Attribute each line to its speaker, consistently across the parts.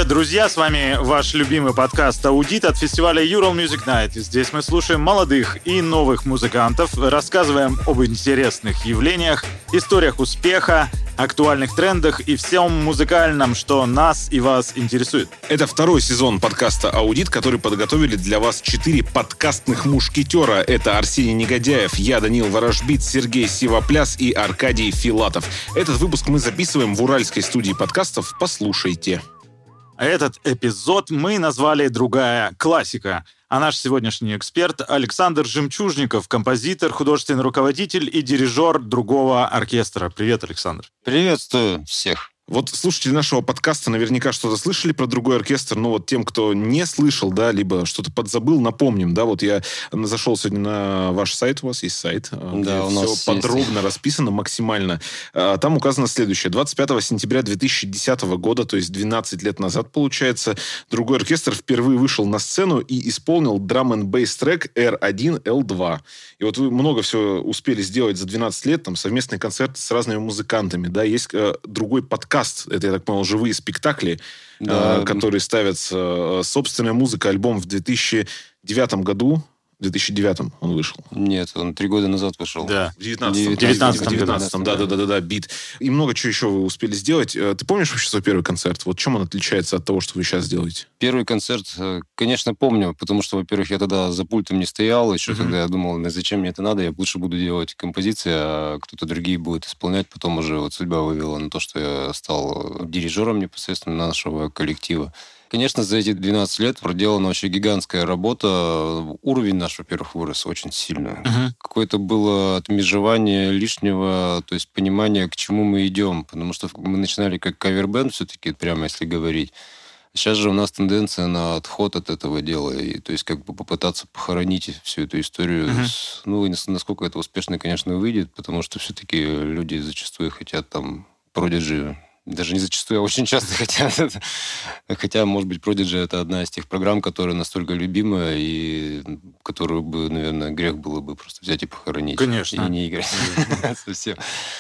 Speaker 1: Привет, друзья! С вами ваш любимый подкаст «Аудит» от фестиваля Ural Music Night. Здесь мы слушаем молодых и новых музыкантов, рассказываем об интересных явлениях, историях успеха, актуальных трендах и всем музыкальном, что нас и вас интересует.
Speaker 2: Это второй сезон подкаста «Аудит», который подготовили для вас 4 подкастных мушкетера. Это Арсений Негодяев, я, Даниил Ворожбит, Сергей Сивопляс и Аркадий Филатов. Этот выпуск мы записываем в уральской студии подкастов. Послушайте.
Speaker 1: Этот эпизод мы назвали «Другая классика». А наш сегодняшний эксперт Александр Жемчужников, композитор, художественный руководитель и дирижер другого оркестра. Привет, Александр.
Speaker 3: Приветствую всех.
Speaker 2: Вот слушатели нашего подкаста наверняка что-то слышали про другой оркестр, но вот тем, кто не слышал, да, либо что-то подзабыл, напомним, да, вот я зашел сегодня на ваш сайт, у вас есть сайт, где все подробно расписано максимально. Там указано следующее. 25 сентября 2010 года, то есть 12 лет назад, получается, другой оркестр впервые вышел на сцену и исполнил драм-н-бейс трек R1, L2. И вот вы много всего успели сделать за 12 лет, там совместные концерты с разными музыкантами, да, есть другой подкаст. Это, я так понял, живые спектакли, да, которые ставятся. Собственная музыка, альбом в 2009 году. В 2009 он вышел.
Speaker 3: Нет, он 3 года назад вышел.
Speaker 1: Да.
Speaker 2: В 19-м, да, бит. И много чего еще вы успели сделать. Ты помнишь вообще свой первый концерт? Вот чем он отличается от того, что вы сейчас делаете?
Speaker 3: Первый концерт, конечно, помню, потому что, во-первых, я тогда за пультом не стоял, еще тогда я думал, зачем мне это надо, я лучше буду делать композиции, а кто-то другие будет исполнять. Потом уже вот судьба вывела на то, что я стал дирижером непосредственно нашего коллектива. Конечно, за эти 12 лет проделана вообще гигантская работа. Уровень наш, во-первых, вырос очень сильно. Какое-то было отмежевание лишнего, то есть понимание, к чему мы идем. Потому что мы начинали как кавер-бэнд все-таки, прямо если говорить. Сейчас же у нас тенденция на отход от этого дела. И, то есть как бы попытаться похоронить всю эту историю. Ну, и насколько это успешно, конечно, выйдет. Потому что все-таки люди зачастую хотят там Prodigy. Даже не зачастую, а очень часто хотят. Хотя, может быть, Prodigy — это одна из тех программ, которая настолько любимая, и которую бы, наверное, грех было бы просто взять и похоронить.
Speaker 1: Конечно.
Speaker 3: И не играть совсем.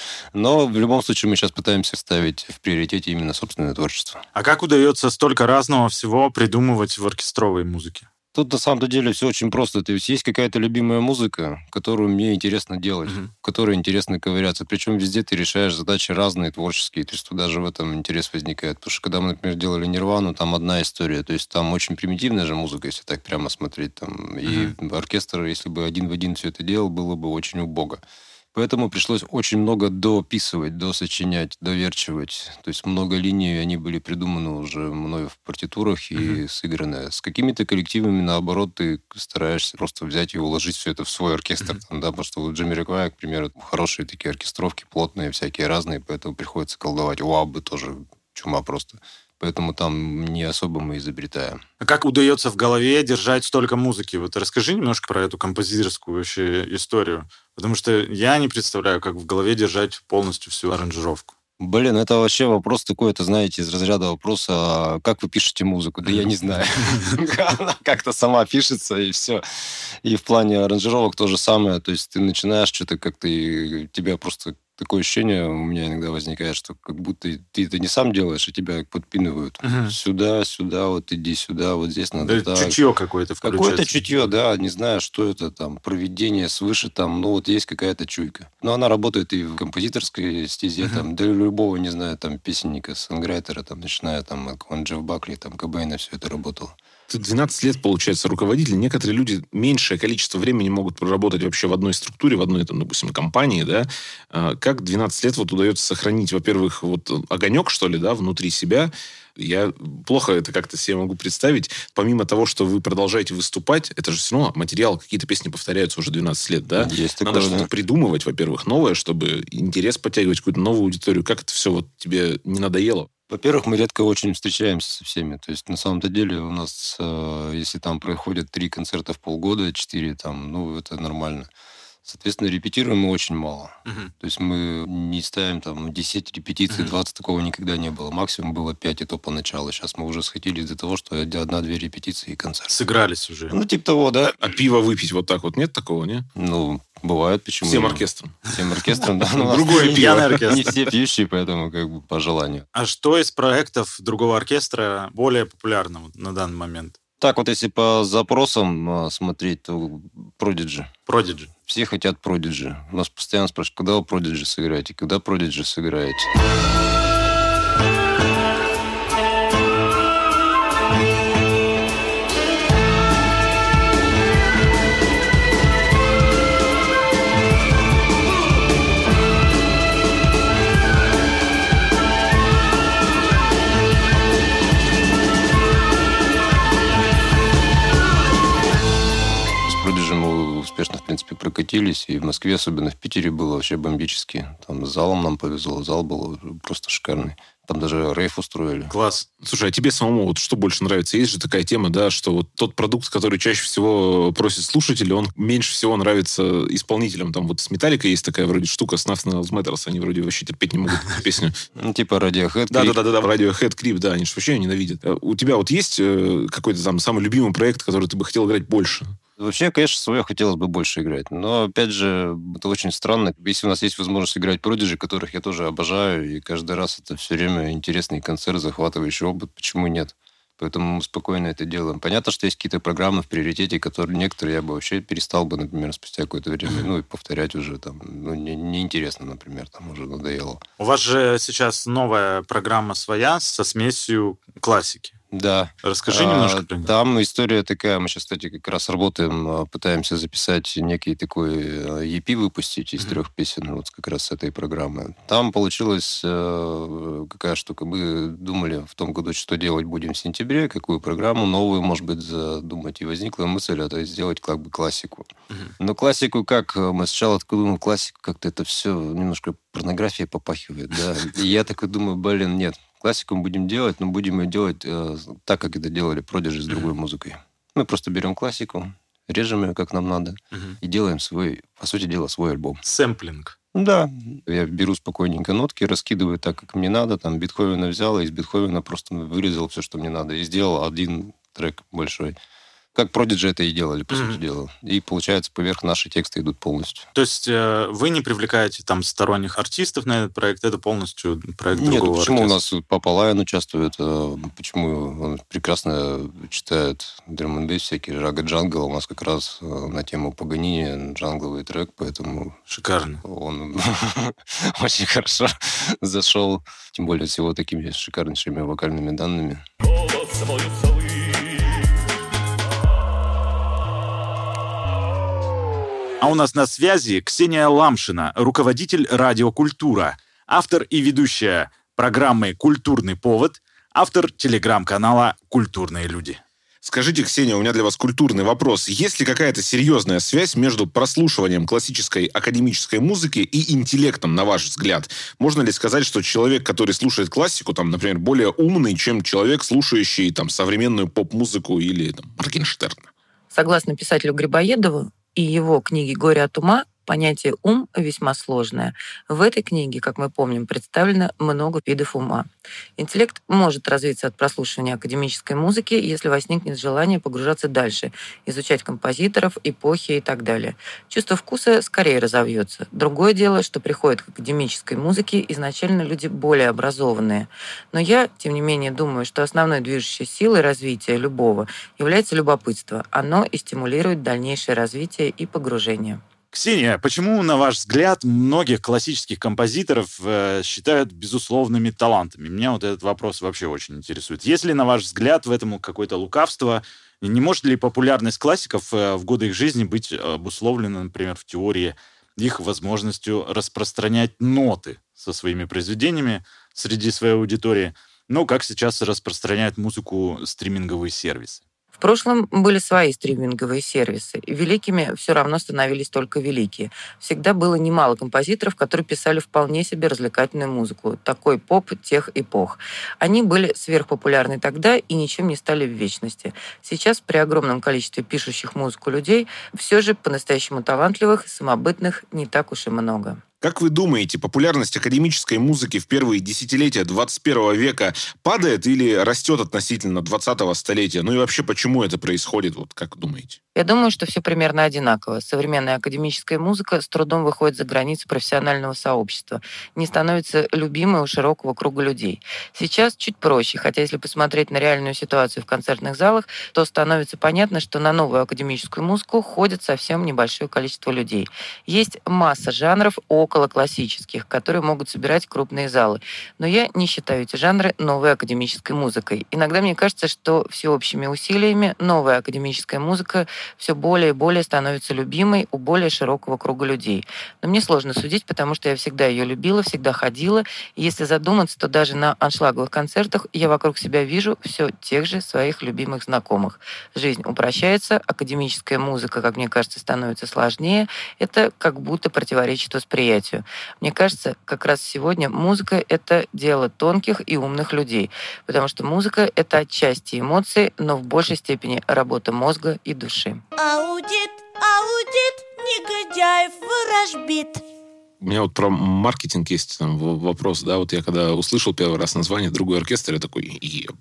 Speaker 3: Но в любом случае мы сейчас пытаемся ставить в приоритете именно собственное творчество.
Speaker 1: А как удается столько разного всего придумывать в оркестровой музыке?
Speaker 3: Тут, на самом деле, все очень просто. То есть какая-то любимая музыка, которую мне интересно делать, в которой интересно ковыряться. Причем везде ты решаешь задачи разные, творческие. То есть тут даже в этом интерес возникает. Потому что когда мы, например, делали «Нирвану», там одна история. То есть там очень примитивная же музыка, если так прямо смотреть. Там. И оркестр, если бы один в один все это делал, было бы очень убого. Поэтому пришлось очень много дописывать, досочинять, доверчивать. То есть много линий, они были придуманы уже мною в партитурах и сыграны. С какими-то коллективами, наоборот, ты стараешься просто взять и уложить все это в свой оркестр. Да, потому что у Джамироквая, к примеру, хорошие такие оркестровки, плотные, всякие разные, поэтому приходится колдовать. У Аббы тоже чума просто. Поэтому там не особо мы изобретаем.
Speaker 1: А как удается в голове держать столько музыки? Вот расскажи немножко про эту композиторскую вообще историю. Потому что я не представляю, как в голове держать полностью всю аранжировку.
Speaker 3: Блин, это вообще вопрос такой, это, знаете, из разряда вопроса, как вы пишете музыку? Да я не знаю. Она как-то сама пишется, и все. И в плане аранжировок то же самое. То есть ты начинаешь что-то как-то, и тебя просто... Такое ощущение у меня иногда возникает, что как будто ты это не сам делаешь, а тебя подпинывают. Сюда, вот иди сюда, вот здесь надо так.
Speaker 1: Чутье какое-то включается.
Speaker 3: Какое-то чутье, да, не знаю, что это там, проведение свыше, там, ну вот есть какая-то чуйка. Но она работает и в композиторской стезе, там, для любого, не знаю, там, песенника, сонграйтера, там, начиная там от Джефф Бакли, там, Кобейна, все это работало.
Speaker 2: Ты 12 лет, получается, руководитель. Некоторые люди меньшее количество времени могут проработать вообще в одной структуре, в одной, там, допустим, компании, да. Как 12 лет вот удается сохранить, во-первых, вот огонек, что ли, да, внутри себя. Я плохо это как-то себе могу представить. Помимо того, что вы продолжаете выступать, это же все равно материал, какие-то песни повторяются уже 12 лет, да?
Speaker 3: Есть
Speaker 2: Надо
Speaker 3: такое,
Speaker 2: что-то придумывать, во-первых, новое, чтобы интерес подтягивать, какую-то новую аудиторию. Как это все вот тебе не надоело?
Speaker 3: Во-первых, мы редко очень встречаемся со всеми. То есть, на самом-то деле, у нас, если там проходят 3 концерта в полгода, 4, там, ну, это нормально. Соответственно, репетируем мы очень мало. То есть мы не ставим там 10 репетиций, 20, такого никогда не было. Максимум было 5, и то поначалу. Сейчас мы уже сходились до того, что 1-2 репетиции и концерт.
Speaker 1: Сыгрались уже.
Speaker 3: Ну, типа того, да.
Speaker 2: А пиво выпить вот так вот нет такого, не?
Speaker 3: Ну, Бывает, почему?
Speaker 2: Всем оркестром.
Speaker 3: Всем оркестром, да.
Speaker 2: Другое пиво.
Speaker 3: Не все пьющие, поэтому как бы по желанию.
Speaker 1: А что из проектов другого оркестра более популярно на данный момент?
Speaker 3: Так вот, если по запросам смотреть, то Prodigy.
Speaker 1: Prodigy.
Speaker 3: Все хотят Prodigy. Нас постоянно спрашивают, когда вы Prodigy сыграете, когда Prodigy сыграете. Успешно, в принципе, прокатились. И в Москве, особенно в Питере, было вообще бомбически. Там с залом нам повезло. Зал был просто шикарный. Там даже рейв устроили.
Speaker 1: Класс.
Speaker 2: Слушай, а тебе самому вот что больше нравится? Есть же такая тема, да, что вот тот продукт, который чаще всего просит слушатели, он меньше всего нравится исполнителям. Там вот с Металликой есть такая вроде штука, с Nothing Else Matters, они вроде вообще терпеть не могут эту песню.
Speaker 3: Типа Radiohead.
Speaker 2: Да, Radiohead, Creep, да, они же вообще ненавидят. У тебя вот есть какой-то там самый любимый проект, который ты бы хотел играть больше?
Speaker 3: Вообще, конечно, свое хотелось бы больше играть. Но, опять же, это очень странно. Если у нас есть возможность играть Prodigy, которых я тоже обожаю, и каждый раз это все время интересный концерт, захватывающий опыт, почему нет? Поэтому мы спокойно это делаем. Понятно, что есть какие-то программы в приоритете, которые некоторые я бы вообще перестал бы, например, спустя какое-то время, и повторять уже там, неинтересно, например, там уже надоело.
Speaker 1: У вас же сейчас новая программа своя со смесью классики.
Speaker 3: Да.
Speaker 1: Расскажи немножко про нее.
Speaker 3: Там история такая. Мы сейчас, кстати, как раз работаем, пытаемся записать некий такой EP, выпустить из 3 песен, вот как раз с этой программы. Там получилась какая штука. Мы думали в том году, что делать будем в сентябре, какую программу новую, может быть, задумать. И возникла мысль, это сделать как бы классику. Но классику как? Мы сначала такой думаем, классику как-то это все немножко порнография попахивает, да. И я такой думаю, нет. Классику мы будем делать, но будем ее делать так, как это делали Prodigy с другой музыкой. Мы просто берем классику, режем ее, как нам надо, и делаем свой, по сути дела, свой альбом.
Speaker 1: Сэмплинг.
Speaker 3: Да. Я беру спокойненько нотки, раскидываю так, как мне надо. Там Бетховена взял, и из Бетховена просто вырезал все, что мне надо. И сделал один трек большой. Как Prodigy это и делали, по сути дела. И, получается, поверх наши тексты идут полностью.
Speaker 1: То есть вы не привлекаете там сторонних артистов на этот проект? Это полностью проект другого
Speaker 3: почему
Speaker 1: оркестра?
Speaker 3: у нас Папа Лайон участвует? Почему он прекрасно читает драм-н-бейс, всякие Рага Джангл. У нас как раз на тему Паганини джангловый трек, поэтому...
Speaker 1: Шикарно.
Speaker 3: Он очень хорошо зашел. Тем более с его такими шикарнейшими вокальными данными.
Speaker 1: А у нас на связи Ксения Ламшина, руководитель «Радио Культура», автор и ведущая программы «Культурный повод», автор телеграм-канала «Культурные люди».
Speaker 2: Скажите, Ксения, у меня для вас культурный вопрос. Есть ли какая-то серьезная связь между прослушиванием классической академической музыки и интеллектом, на ваш взгляд? Можно ли сказать, что человек, который слушает классику, там, например, более умный, чем человек, слушающий там, современную поп-музыку или там, Моргенштерна?
Speaker 4: Согласно писателю Грибоедову и его книге «Горе от ума», понятие «ум» весьма сложное. В этой книге, как мы помним, представлено много видов ума. Интеллект может развиться от прослушивания академической музыки, если возникнет желание погружаться дальше, изучать композиторов, эпохи и так далее. Чувство вкуса скорее разовьется. Другое дело, что приходят к академической музыке изначально люди более образованные. Но я, тем не менее, думаю, что основной движущей силой развития любого является любопытство. Оно и стимулирует дальнейшее развитие и погружение.
Speaker 1: Ксения, почему, на ваш взгляд, многих классических композиторов считают безусловными талантами? Меня вот этот вопрос вообще очень интересует. Есть ли, на ваш взгляд, в этом какое-то лукавство? Не может ли популярность классиков в годы их жизни быть обусловлена, например, в теории их возможностью распространять ноты со своими произведениями среди своей аудитории? Ну, как сейчас распространяют музыку стриминговые сервисы?
Speaker 4: В прошлом были свои стриминговые сервисы. Великими все равно становились только великие. Всегда было немало композиторов, которые писали вполне себе развлекательную музыку. Такой поп тех эпох. Они были сверхпопулярны тогда и ничем не стали в вечности. Сейчас при огромном количестве пишущих музыку людей все же по-настоящему талантливых, самобытных не так уж и много.
Speaker 2: Как вы думаете, популярность академической музыки в первые десятилетия 21 века падает или растет относительно 20-го столетия? Ну и вообще, почему это происходит? Вот как думаете?
Speaker 4: Я думаю, что все примерно одинаково. Современная академическая музыка с трудом выходит за границы профессионального сообщества, не становится любимой у широкого круга людей. Сейчас чуть проще, хотя если посмотреть на реальную ситуацию в концертных залах, то становится понятно, что на новую академическую музыку ходит совсем небольшое количество людей. Есть масса жанров около классических, которые могут собирать крупные залы. Но я не считаю эти жанры новой академической музыкой. Иногда мне кажется, что всеобщими усилиями новая академическая музыка все более и более становится любимой у более широкого круга людей. Но мне сложно судить, потому что я всегда ее любила, всегда ходила. И если задуматься, то даже на аншлаговых концертах я вокруг себя вижу все тех же своих любимых знакомых. Жизнь упрощается, академическая музыка, как мне кажется, становится сложнее. Это как будто противоречит восприятию. Мне кажется, как раз сегодня музыка — это дело тонких и умных людей, потому что музыка — это отчасти эмоции, но в большей степени работа мозга и души.
Speaker 5: Аудит, негодяев ворожбит.
Speaker 2: У меня вот про маркетинг есть там вопрос, да, вот я когда услышал первый раз название «Другой оркестр», я такой: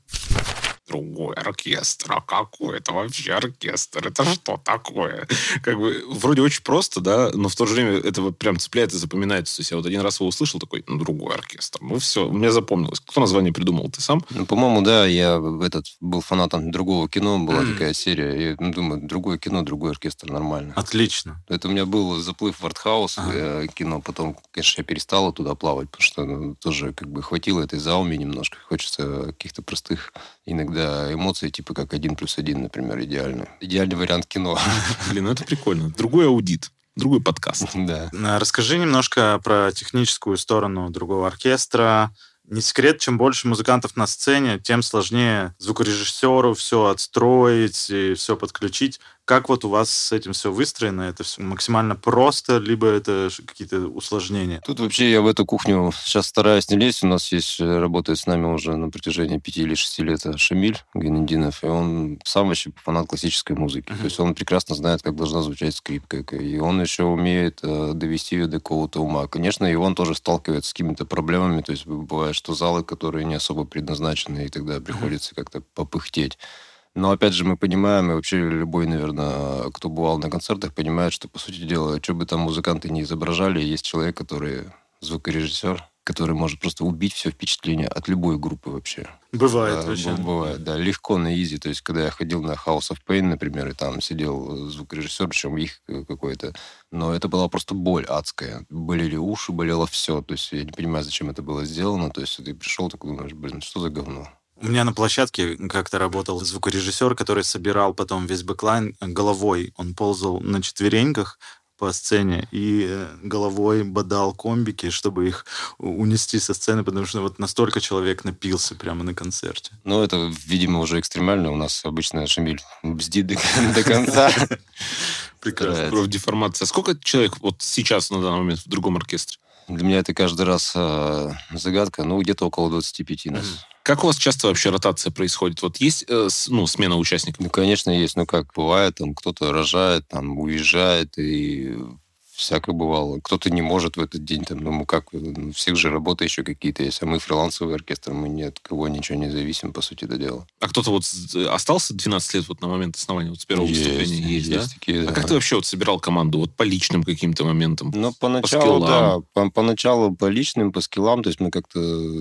Speaker 2: другой оркестр, а какой это вообще оркестр? Это что такое? Как бы вроде очень просто, да, но в то же время это вот прям цепляет и запоминается. То есть я вот один раз его услышал, такой: другой оркестр. Ну все, мне запомнилось. Кто название придумал? Ты сам?
Speaker 3: Ну, по-моему, да, я был фанатом другого кино, была такая серия. Я думаю, другое кино, другой оркестр, нормально.
Speaker 1: Отлично.
Speaker 3: Это у меня был заплыв в артхаус кино. Потом, конечно, я перестала туда плавать, потому что тоже как бы хватило этой зауми немножко. Хочется каких-то простых иногда эмоций, типа как 1+1, например, идеально. Идеальный вариант кино.
Speaker 2: Блин, ну это прикольно. Другой аудит. Другой подкаст.
Speaker 3: Да.
Speaker 1: Расскажи немножко про техническую сторону другого оркестра. Не секрет, чем больше музыкантов на сцене, тем сложнее звукорежиссеру все отстроить и все подключить. Как вот у вас с этим все выстроено? Это все максимально просто, либо это какие-то усложнения?
Speaker 3: Тут вообще я в эту кухню сейчас стараюсь не лезть. У нас есть, работает с нами уже на протяжении 5 или 6 лет Шамиль Гайнетдинов, и он сам вообще фанат классической музыки. То есть он прекрасно знает, как должна звучать скрипка. И он еще умеет довести ее до какого-то ума. Конечно, и он тоже сталкивается с какими-то проблемами. То есть бывает, что залы, которые не особо предназначены, и тогда приходится как-то попыхтеть. Но, опять же, мы понимаем, и вообще любой, наверное, кто бывал на концертах, понимает, что, по сути дела, что бы там музыканты не изображали, есть человек, который звукорежиссер, который может просто убить все впечатление от любой группы вообще.
Speaker 1: Бывает вообще.
Speaker 3: Бывает, да. Легко, на изи. То есть, когда я ходил на House of Pain, например, и там сидел звукорежиссер, причем их какой-то, но это была просто боль адская. Болели уши, болело все. То есть, я не понимаю, зачем это было сделано. То есть, ты пришел, такой думаешь: блин, что за говно?
Speaker 1: У меня на площадке как-то работал звукорежиссер, который собирал потом весь бэклайн головой. Он ползал на четвереньках по сцене и головой бодал комбики, чтобы их унести со сцены, потому что вот настолько человек напился прямо на концерте.
Speaker 3: Ну, это, видимо, уже экстремально. У нас обычно Шамиль бздит до конца.
Speaker 1: Прекрасно.
Speaker 2: Профдеформация. Сколько человек вот сейчас на данный момент в другом оркестре?
Speaker 3: Для меня это каждый раз загадка. Ну, где-то около 25 нас.
Speaker 2: Как у вас часто вообще ротация происходит? Вот есть смена участников?
Speaker 3: Ну, конечно, есть. Ну, как бывает, там кто-то рожает, там уезжает, и всякое бывало. Кто-то не может в этот день, там, ну, как, у всех же работы еще какие-то есть. А мы фрилансовый оркестр, мы ни от кого ничего не зависим, по сути дела.
Speaker 2: А кто-то вот остался 12 лет вот на момент основания, вот с первого выступления? Есть, да?
Speaker 3: Такие,
Speaker 2: а
Speaker 3: да.
Speaker 2: как ты вообще вот собирал команду вот по личным каким-то моментам?
Speaker 3: Ну, поначалу, да. Поначалу по личным, по скиллам. То есть мы как-то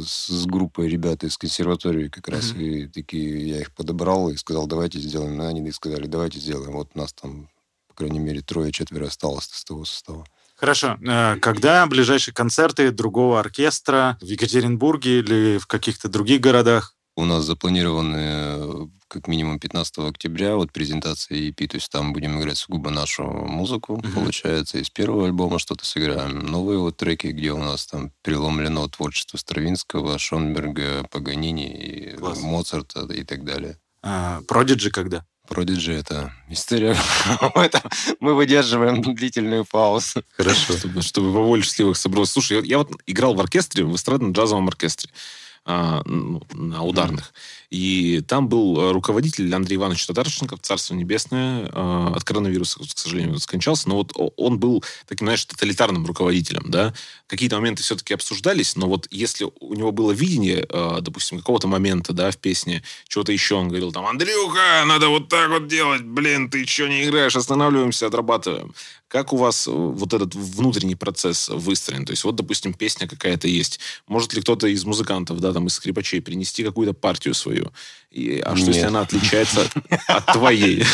Speaker 3: с группой ребят из консерватории как раз, и такие, я их подобрал и сказал: давайте сделаем. И они сказали: давайте сделаем. Вот нас там, по крайней мере, 3-4 осталось из того состава.
Speaker 1: Хорошо. Когда ближайшие концерты другого оркестра в Екатеринбурге или в каких-то других городах?
Speaker 3: У нас запланированы как минимум 15 октября вот презентация EP, то есть там будем играть сугубо нашу музыку, получается, из первого альбома что-то сыграем. Новые вот треки, где у нас там переломлено творчество Стравинского, Шонберга, Паганини, и Моцарта и так далее.
Speaker 1: Продиджи когда?
Speaker 3: Продиджи — это история. Мы выдерживаем длительную паузу.
Speaker 2: Хорошо. Чтобы во воле счастливых собралось. Слушай, я вот играл в оркестре, в эстрадно-джазовом оркестре. На ударных. И там был руководитель Андрей Иванович Татарченков, царство небесное, от коронавируса, к сожалению, скончался, но вот он был таким, знаешь, тоталитарным руководителем, да. Какие-то моменты все-таки обсуждались, но вот если у него было видение, допустим, какого-то момента, да, в песне, чего-то еще, он говорил там: Андрюха, надо вот так вот делать, блин, ты что не играешь, останавливаемся, отрабатываем. Как у вас вот этот внутренний процесс выстроен? То есть вот, допустим, песня какая-то есть. Может ли кто-то из музыкантов, да, там, из скрипачей принести какую-то партию свою? А что, если она отличается от твоей?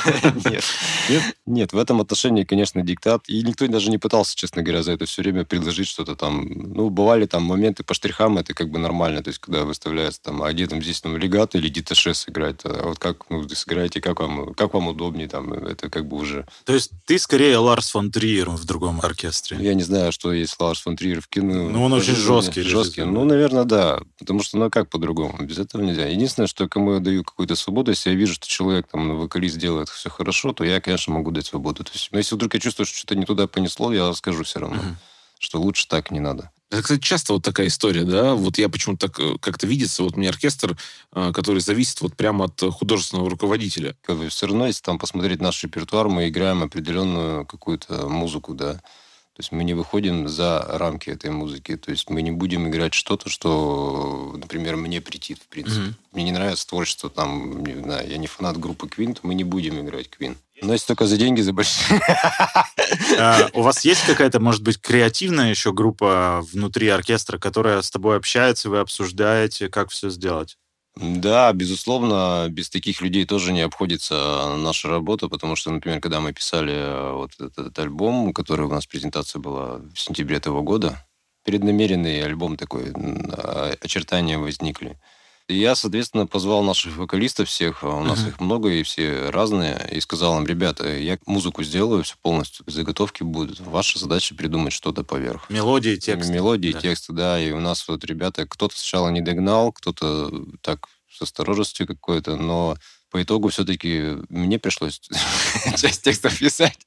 Speaker 3: Нет, в этом отношении, конечно, диктат. И никто даже не пытался, честно говоря, за это все время предложить что-то там. Ну, бывали там моменты по штрихам, это как бы нормально. То есть, когда выставляется там, а где там здесь там легато или диташе сыграть, а вот как, ну, сыграете, как вам удобнее там, это как бы уже...
Speaker 1: То есть ты скорее Ларс фон Триер в другом оркестре?
Speaker 3: Я не знаю, что есть Ларс фон Триер в кино.
Speaker 1: Ну, он очень жесткий.
Speaker 3: Жесткий. Ну, наверное, да. Потому что, ну, как по-другому? Без этого нельзя. Единственное, что кому я даю какую-то свободу, если я вижу, что человек, там, вокалист делает все хорошо, то я, конечно, могу дать свободу. То есть, но если вдруг я чувствую, что что-то не туда понесло, я скажу все равно, что лучше так не надо.
Speaker 2: Это, кстати, часто вот такая история, да? Вот я почему-то так как-то видится, вот у меня оркестр, который зависит вот прямо от художественного руководителя.
Speaker 3: Как бы все равно, если там посмотреть наш репертуар, мы играем определенную какую-то музыку, да. То есть мы не выходим за рамки этой музыки. То есть мы не будем играть что-то, что, например, мне претит, в принципе. Мне не нравится творчество, там, не знаю, я не фанат группы Queen, то мы не будем играть Queen. Но если только за деньги, за большие.
Speaker 1: У вас есть какая-то, может быть, креативная еще группа внутри оркестра, которая с тобой общается, вы обсуждаете, как все сделать?
Speaker 3: Да, безусловно, без таких людей тоже не обходится наша работа, потому что, например, когда мы писали вот этот альбом, который у нас презентация была в сентябре этого года, преднамеренный альбом такой, очертания возникли. И я, соответственно, позвал наших вокалистов всех, у нас их много, и все разные, и сказал им: ребята, я музыку сделаю, все полностью, заготовки будут. Ваша задача придумать что-то поверх.
Speaker 1: Мелодии, тексты.
Speaker 3: Мелодии, тексты, да. И у нас вот ребята, кто-то сначала не догнал, кто-то так с осторожностью какой-то, но по итогу все-таки мне пришлось часть текстов писать.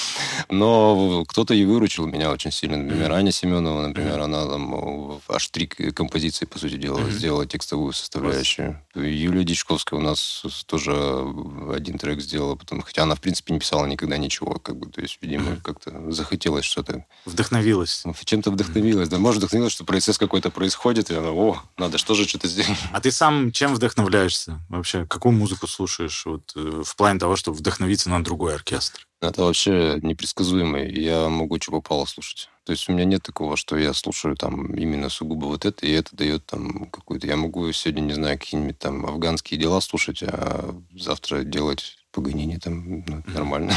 Speaker 3: Но кто-то и выручил меня очень сильно. Например, Аня Семенова, например, она там аж 3 композиции, по сути дела, сделала текстовую составляющую. Юлия Дичковская у нас тоже 1 трек сделала, хотя она, в принципе, не писала никогда ничего. Как бы, то есть, видимо, как-то захотелось что-то.
Speaker 1: Вдохновилась.
Speaker 3: Чем-то вдохновилась. Да, может, вдохновилась, что процесс какой-то происходит, и она: надо что же что-то сделать.
Speaker 1: А ты сам чем вдохновляешься вообще? Какую музыку слушаешь вот, в плане того, чтобы вдохновиться на другой оркестр?
Speaker 3: Это вообще непредсказуемо. Я могу что попало слушать. То есть у меня нет такого, что я слушаю там именно сугубо вот это, и это дает там какую-то... Я могу сегодня, не знаю, какие-нибудь там афганские дела слушать, а завтра делать Паганини там, нормально.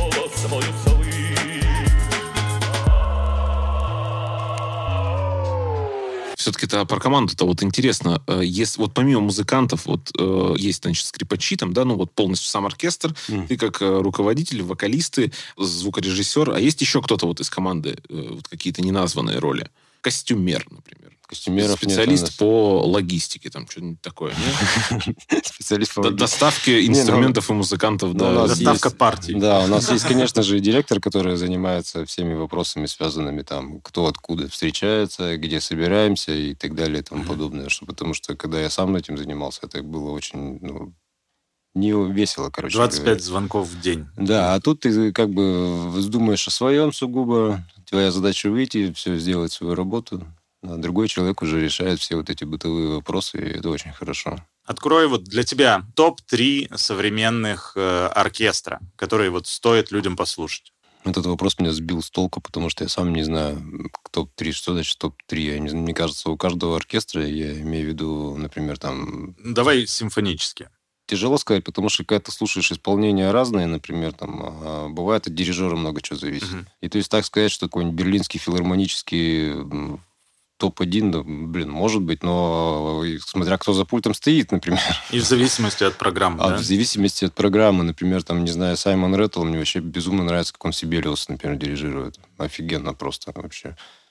Speaker 2: Все-таки-то про команду-то вот интересно. Если, вот помимо музыкантов, вот есть, значит, скрипачи там, да, ну вот полностью сам оркестр, ты как руководитель, вокалисты, звукорежиссер, а есть еще кто-то вот из команды, вот какие-то неназванные роли? Костюмер, например.
Speaker 3: Костюмеров
Speaker 2: специалист
Speaker 3: нет,
Speaker 2: по логистике, там что-нибудь такое.
Speaker 3: Специалист по логистике.
Speaker 2: Доставки инструментов и музыкантов.
Speaker 1: Доставка партий.
Speaker 3: Да, у нас есть, конечно же, директор, который занимается всеми вопросами, связанными там, кто откуда встречается, где собираемся и так далее и тому подобное. Потому что, когда я сам этим занимался, это было очень... не весело, короче.
Speaker 1: 25 звонков в день.
Speaker 3: Да, а тут ты как бы думаешь о своем сугубо. Твоя задача выйти, все сделать свою работу. А другой человек уже решает все вот эти бытовые вопросы, и это очень хорошо.
Speaker 1: Открой вот для тебя топ-3 современных оркестра, которые вот стоит людям послушать.
Speaker 3: Этот вопрос меня сбил с толку, потому что я сам не знаю, топ-3, что значит топ-3. Мне кажется, у каждого оркестра, я имею в виду, например, там...
Speaker 1: Давай симфонически.
Speaker 3: Тяжело сказать, потому что когда ты слушаешь исполнения разные, например, там бывает от дирижера много чего зависит. И то есть так сказать, что какой-нибудь берлинский филармонический топ-1, да, может быть, но смотря кто за пультом стоит, например.
Speaker 1: И в зависимости от программы, да?
Speaker 3: В зависимости от программы. Например, там, не знаю, Саймон Рэттл, мне вообще безумно нравится, как он Сибелиус, например, дирижирует. Офигенно просто вообще.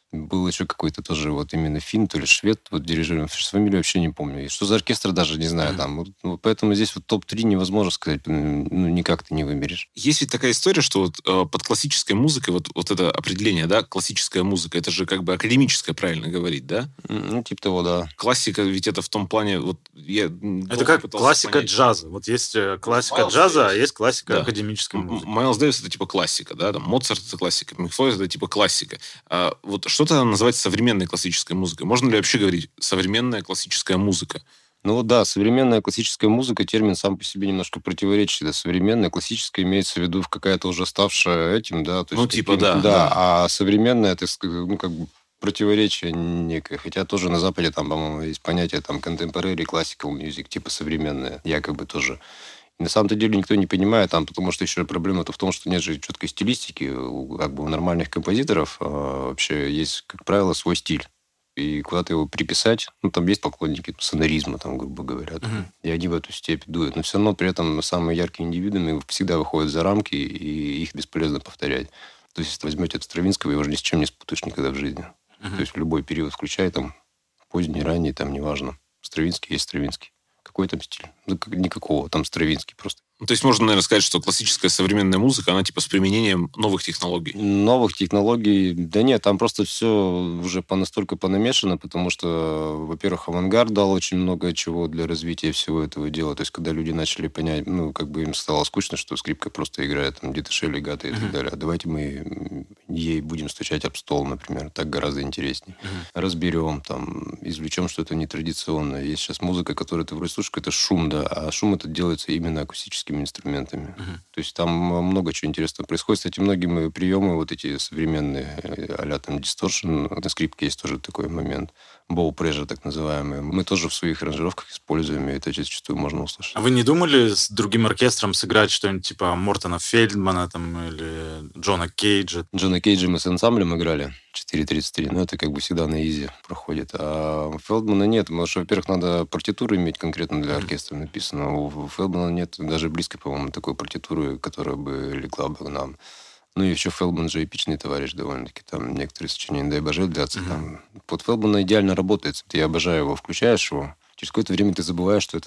Speaker 3: Был еще какой-то тоже вот именно финн, то ли швед, вот дирижер, фамилию вообще не помню. И что за оркестр, даже не знаю. Там. Вот, поэтому здесь вот топ-3 невозможно сказать, ну, никак ты не выберешь.
Speaker 2: Есть ведь такая история, что вот под классической музыкой, вот это определение, да, классическая музыка, это же как бы академическая, правильно говорить, да?
Speaker 3: Ну, типа того, да.
Speaker 2: Классика, ведь это в том плане, вот я...
Speaker 1: Это как классика понять. Джаза. Вот есть классика джаза, а есть классика академической музыки.
Speaker 2: Майлз Дэвис это типа классика, да, там Моцарт это классика, Пинк Флойд это типа классика. А вот что-то называется современной классической музыкой. Можно ли вообще говорить современная классическая музыка?
Speaker 3: Ну да, современная классическая музыка, термин сам по себе немножко противоречит. Да, современная классическая имеется в виду какая-то уже ставшая этим, да. То есть,
Speaker 2: ну типа да.
Speaker 3: А современная, это, ну как бы противоречие некое. Хотя тоже на Западе там, по-моему, есть понятие там contemporary classical music, типа современная, якобы тоже. И на самом-то деле никто не понимает, там, потому что еще проблема-то в том, что нет же четкой стилистики. Как бы у нормальных композиторов вообще есть, как правило, свой стиль. И куда-то его приписать, ну, там есть поклонники соноризма, там, грубо говоря, и они в эту степь дуют. Но все равно при этом самые яркие индивидуумы всегда выходят за рамки, и их бесполезно повторять. То есть, если возьмете Стравинского, его уже ни с чем не спутаешь никогда в жизни. То есть, в любой период, включая там поздний, ранний, там, неважно. Стравинский есть Стравинский. Какой там стиль? Ну, никакого, там Стравинский просто.
Speaker 2: То есть можно, наверное, сказать, что классическая современная музыка, она типа с применением новых технологий.
Speaker 3: Новых технологий? Да нет, там просто все уже настолько понамешано, потому что, во-первых, авангард дал очень много чего для развития всего этого дела. То есть, когда люди начали понять, ну, как бы им стало скучно, что скрипка просто играет там детиши, легаты и так далее. А давайте мы ей будем стучать об стол, например. Так гораздо интереснее. Разберем, там, извлечем что-то нетрадиционное. Есть сейчас музыка, которую ты вроде слушаешь, это шум, да, а шум этот делается именно акустическими инструментами. То есть там много чего интересного происходит. Кстати, многие приемы вот эти современные, а-ля там дисторшн, на скрипке есть тоже такой момент. Bow pressure, так называемый. Мы тоже в своих аранжировках используем, и это зачастую можно услышать.
Speaker 1: А вы не думали с другим оркестром сыграть что-нибудь типа Мортона Фельдмана там, или Джона Кейджа?
Speaker 3: Джона Кейджа мы с ансамблем играли. 4.33. Но это как бы всегда на изи проходит. А Фелдмана нет. Потому что, во-первых, надо партитуру иметь конкретно для оркестра написано. У Фелдмана нет даже близко, по-моему, такой партитуры, которая бы легла бы к нам. Ну, и еще Фелдман же эпичный товарищ довольно-таки. Там некоторые сочинения, дай боже, длятся. Там. Под Фелдмана идеально работает. Я обожаю его. Включаешь его, через какое-то время ты забываешь, что это...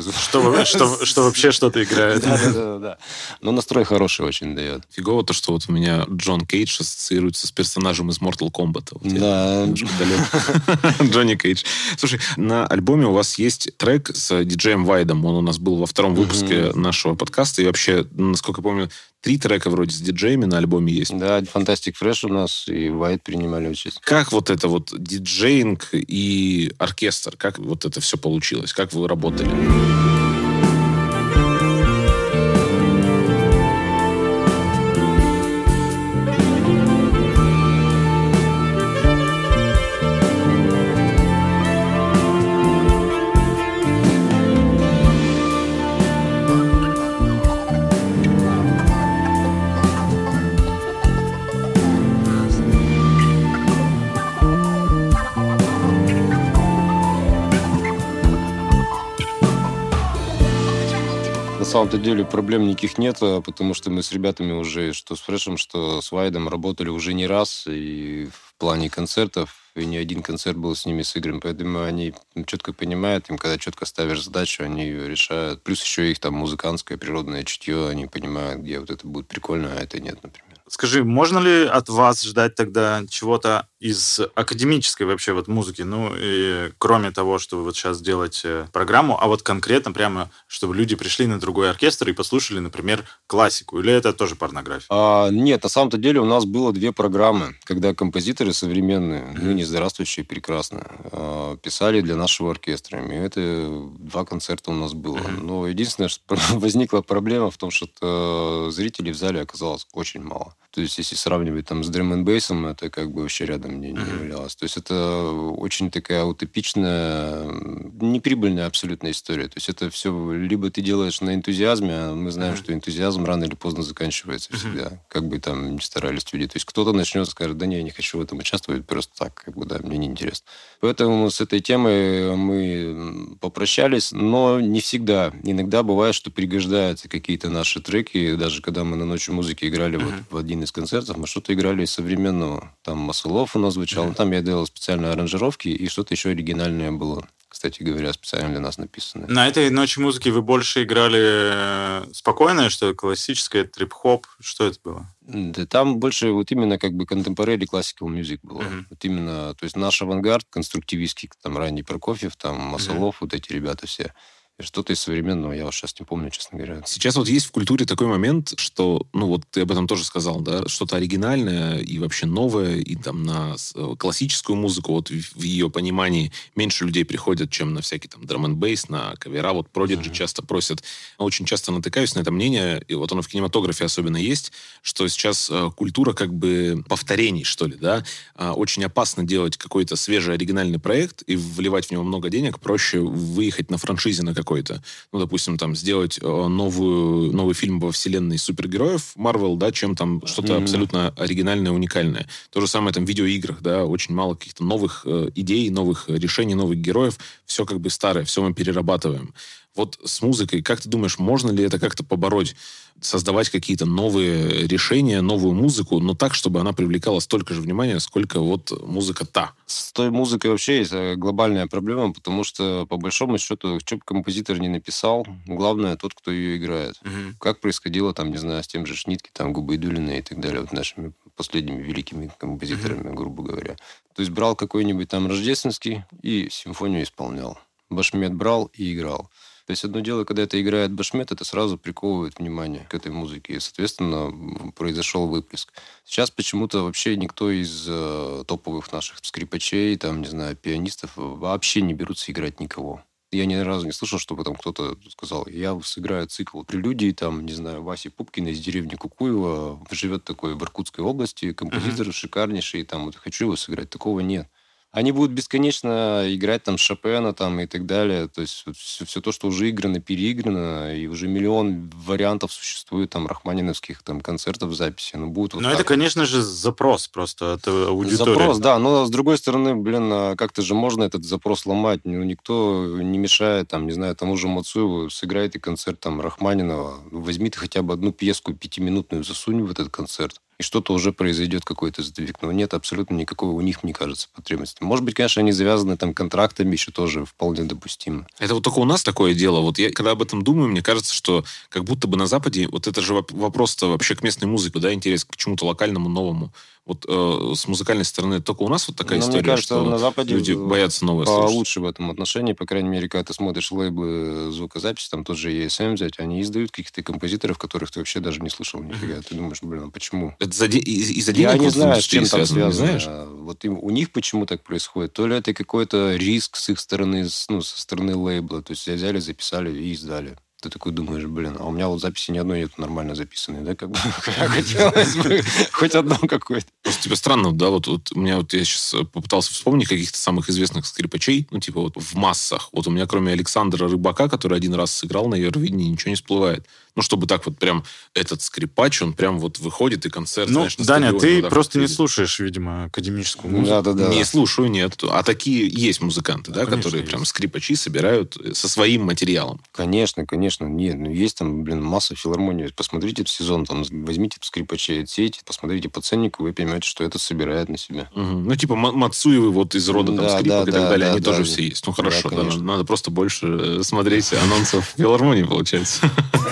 Speaker 1: Что вообще что-то играет.
Speaker 3: Да. Но настрой хороший очень дает.
Speaker 2: Фигово то, что вот у меня Джон Кейдж ассоциируется с персонажем из Mortal Kombat.
Speaker 3: Да.
Speaker 2: Джонни Кейдж. Слушай, на альбоме у вас есть трек с диджеем Вайдом. Он у нас был во втором выпуске нашего подкаста. И вообще, насколько я помню, 3 трека вроде с диджеями на альбоме есть.
Speaker 3: Да, Fantastic Fresh у нас и White принимали участие.
Speaker 2: Как вот это вот диджеинг и оркестр, как вот это все получилось? Как вы работали?
Speaker 3: На самом-то деле проблем никаких нет, потому что мы с ребятами уже, что с Фрешем, что с Вайдом, работали уже не раз, и в плане концертов, и не один концерт был с ними сыгран, поэтому они четко понимают, им когда четко ставишь задачу, они ее решают. Плюс еще их там музыкантское природное чутье, они понимают, где вот это будет прикольно, а это нет, например.
Speaker 1: Скажи, можно ли от вас ждать тогда чего-то из академической вообще вот музыки? Ну, и кроме того, что вы вот сейчас делаете программу, а вот конкретно прямо, чтобы люди пришли на другой оркестр и послушали, например, классику? Или это тоже порнография?
Speaker 3: Нет, на самом-то деле у нас было 2 программы, когда композиторы современные, ныне здравствующие прекрасно, писали для нашего оркестра. И это 2 концерта у нас было. Но единственное, что возникла проблема в том, что зрителей в зале оказалось очень мало. То есть, если сравнивать там с драм н бейсом, это как бы вообще рядом не являлось. То есть, это очень такая утопичная, неприбыльная абсолютно история. То есть, это все либо ты делаешь на энтузиазме, а мы знаем, что энтузиазм рано или поздно заканчивается всегда. Как бы там ни старались люди. То есть, кто-то начнет скажет, да не, я не хочу в этом участвовать, просто так, как бы, да, мне неинтересно. Поэтому с этой темой мы попрощались, но не всегда. Иногда бывает, что пригождаются какие-то наши треки, даже когда мы на Ночи музыки играли вот в один из концертов мы что-то играли из современного. Там Масолов у нас звучал, там я делал специальные аранжировки, и что-то еще оригинальное было. Кстати говоря, специально для нас написанное.
Speaker 1: На этой ночи музыки вы больше играли спокойное, что ли, классическое, трип-хоп? Что это было?
Speaker 3: Да там больше вот именно как бы contemporary classical music было. Вот именно, то есть наш авангард конструктивистский, там ранний Прокофьев, там Масолов, вот эти ребята все. И что-то из современного, я вот сейчас не помню, честно говоря.
Speaker 2: Сейчас вот есть в культуре такой момент, что, ну вот ты об этом тоже сказал, да, что-то оригинальное и вообще новое, и там на классическую музыку, вот в ее понимании меньше людей приходят, чем на всякий там драм-н-бейс, на кавера, вот Prodigy часто просят. Очень часто натыкаюсь на это мнение, и вот оно в кинематографе особенно есть, что сейчас культура как бы повторений, что ли, да, очень опасно делать какой-то свежий оригинальный проект и вливать в него много денег, проще выехать на франшизе на какой-то, ну, допустим, там, сделать новый фильм во вселенной супергероев Marvel, да, чем там что-то абсолютно оригинальное, уникальное. То же самое там в видеоиграх, да, очень мало каких-то новых идей, новых решений, новых героев. Все как бы старое, все мы перерабатываем. Вот с музыкой, как ты думаешь, можно ли это как-то побороть? Создавать какие-то новые решения, новую музыку, но так, чтобы она привлекала столько же внимания, сколько вот музыка та.
Speaker 3: С той музыкой вообще есть глобальная проблема, потому что, по большому счету, что бы композитор не написал, главное тот, кто ее играет. Как происходило, там, не знаю, с тем же Шнитке, там, Губайдулиной и так далее, вот нашими последними великими композиторами, грубо говоря. То есть брал какой-нибудь там рождественский и симфонию исполнял. Башмет брал и играл. То есть одно дело, когда это играет башмет, это сразу приковывает внимание к этой музыке. И, соответственно, произошел выплеск. Сейчас почему-то вообще никто из топовых наших скрипачей, там, не знаю, пианистов вообще не берутся играть никого. Я ни разу не слышал, чтобы там кто-то сказал, я сыграю цикл прелюдий, там, не знаю, Васи Пупкина из деревни Кукуева, живет такой в Иркутской области, композитор шикарнейший, там, вот хочу его сыграть. Такого нет. Они будут бесконечно играть там Шопена там, и так далее. То есть вот все то, что уже играно, переиграно, и уже миллион вариантов существует там рахманиновских там концертов в записи. Ну, будут вот
Speaker 1: это,
Speaker 3: вот.
Speaker 1: Конечно же, запрос просто от аудитории.
Speaker 3: Запрос, да. Но, с другой стороны, блин, как-то же можно этот запрос ломать. Ну, никто не мешает, там, не знаю, тому же Мацуеву сыграй ты концерт там Рахманинова. Возьми ты хотя бы одну пьеску 5-минутную, засунь в этот концерт. И что-то уже произойдет, какой-то сдвиг. Но нет абсолютно никакой у них, мне кажется, потребности. Может быть, конечно, они завязаны там контрактами, еще тоже вполне допустимо.
Speaker 2: Это вот только у нас такое дело. Вот я, когда об этом думаю, мне кажется, что как будто бы на Западе, вот это же вопрос-то вообще к местной музыке, да, интерес к чему-то локальному, новому. Вот с музыкальной стороны только у нас вот такая история, мне кажется, что
Speaker 3: на Западе
Speaker 2: люди боятся новое слушать.
Speaker 3: Лучше в этом отношении, по крайней мере, когда ты смотришь лейблы звукозаписи, там тот же ESM взять, они издают каких-то композиторов, которых ты вообще даже не слышал нифига. Ты думаешь, блин, а почему?
Speaker 2: Это из-за денег?
Speaker 3: Я не знаю, с чем там связано.
Speaker 2: Знаешь?
Speaker 3: Вот у них почему так происходит? То ли это какой-то риск с их стороны, со стороны лейбла. То есть взяли, записали и издали. Ты такой думаешь, блин, а у меня вот записи ни одной нет нормально записанной, да, как бы хотелось бы хоть одно какое-то.
Speaker 2: Просто типа странно, да, вот у меня вот я сейчас попытался вспомнить каких-то самых известных скрипачей, ну типа вот в массах. Вот у меня кроме Александра Рыбака, который один раз сыграл на Евровидении, ничего не всплывает. Ну, чтобы так вот прям этот скрипач, он прям вот выходит и концерт,
Speaker 1: ну,
Speaker 2: знаешь, на
Speaker 1: Даня,
Speaker 2: стадионе,
Speaker 1: ты просто не слушаешь, видимо, академическую музыку.
Speaker 3: Да.
Speaker 2: Не слушаю, нет. А такие есть музыканты, да, которые
Speaker 1: есть.
Speaker 2: прям скрипачи собирают со своим материалом.
Speaker 3: Конечно. Нет, ну есть там, блин, масса филармоний. Посмотрите этот сезон, там, возьмите скрипачей, отсеете, посмотрите по ценнику, вы поймете, что это собирает на себя.
Speaker 2: Ну, типа Мацуевы вот из рода там скрипок и так далее, они тоже все есть. Ну, хорошо,
Speaker 3: да,
Speaker 2: надо просто больше смотреть анонсов филармонии, получается.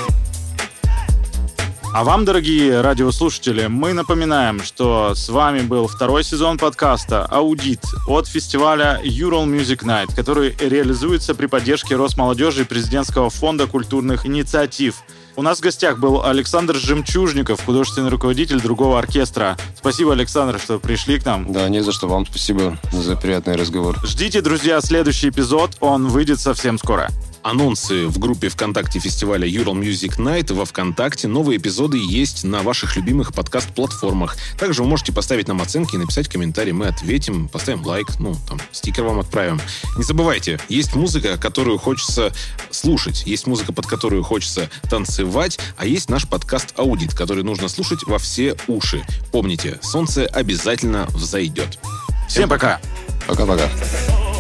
Speaker 1: А вам, дорогие радиослушатели, мы напоминаем, что с вами был второй сезон подкаста «Аудит» от фестиваля Ural Music Night, который реализуется при поддержке Росмолодежи и Президентского фонда культурных инициатив. У нас в гостях был Александр Жемчужников, художественный руководитель другого оркестра. Спасибо, Александр, что пришли к нам.
Speaker 3: Да, не за что. Вам спасибо за приятный разговор.
Speaker 1: Ждите, друзья, следующий эпизод. Он выйдет совсем скоро.
Speaker 2: Анонсы в группе ВКонтакте фестиваля Ural Music Night во ВКонтакте. Новые эпизоды есть на ваших любимых подкаст-платформах. Также вы можете поставить нам оценки и написать комментарий. Мы ответим, поставим лайк, стикер вам отправим. Не забывайте, есть музыка, которую хочется слушать, есть музыка, под которую хочется танцевать, а есть наш подкаст «Аудит», который нужно слушать во все уши. Помните, солнце обязательно взойдет.
Speaker 1: Всем пока!
Speaker 3: Пока-пока.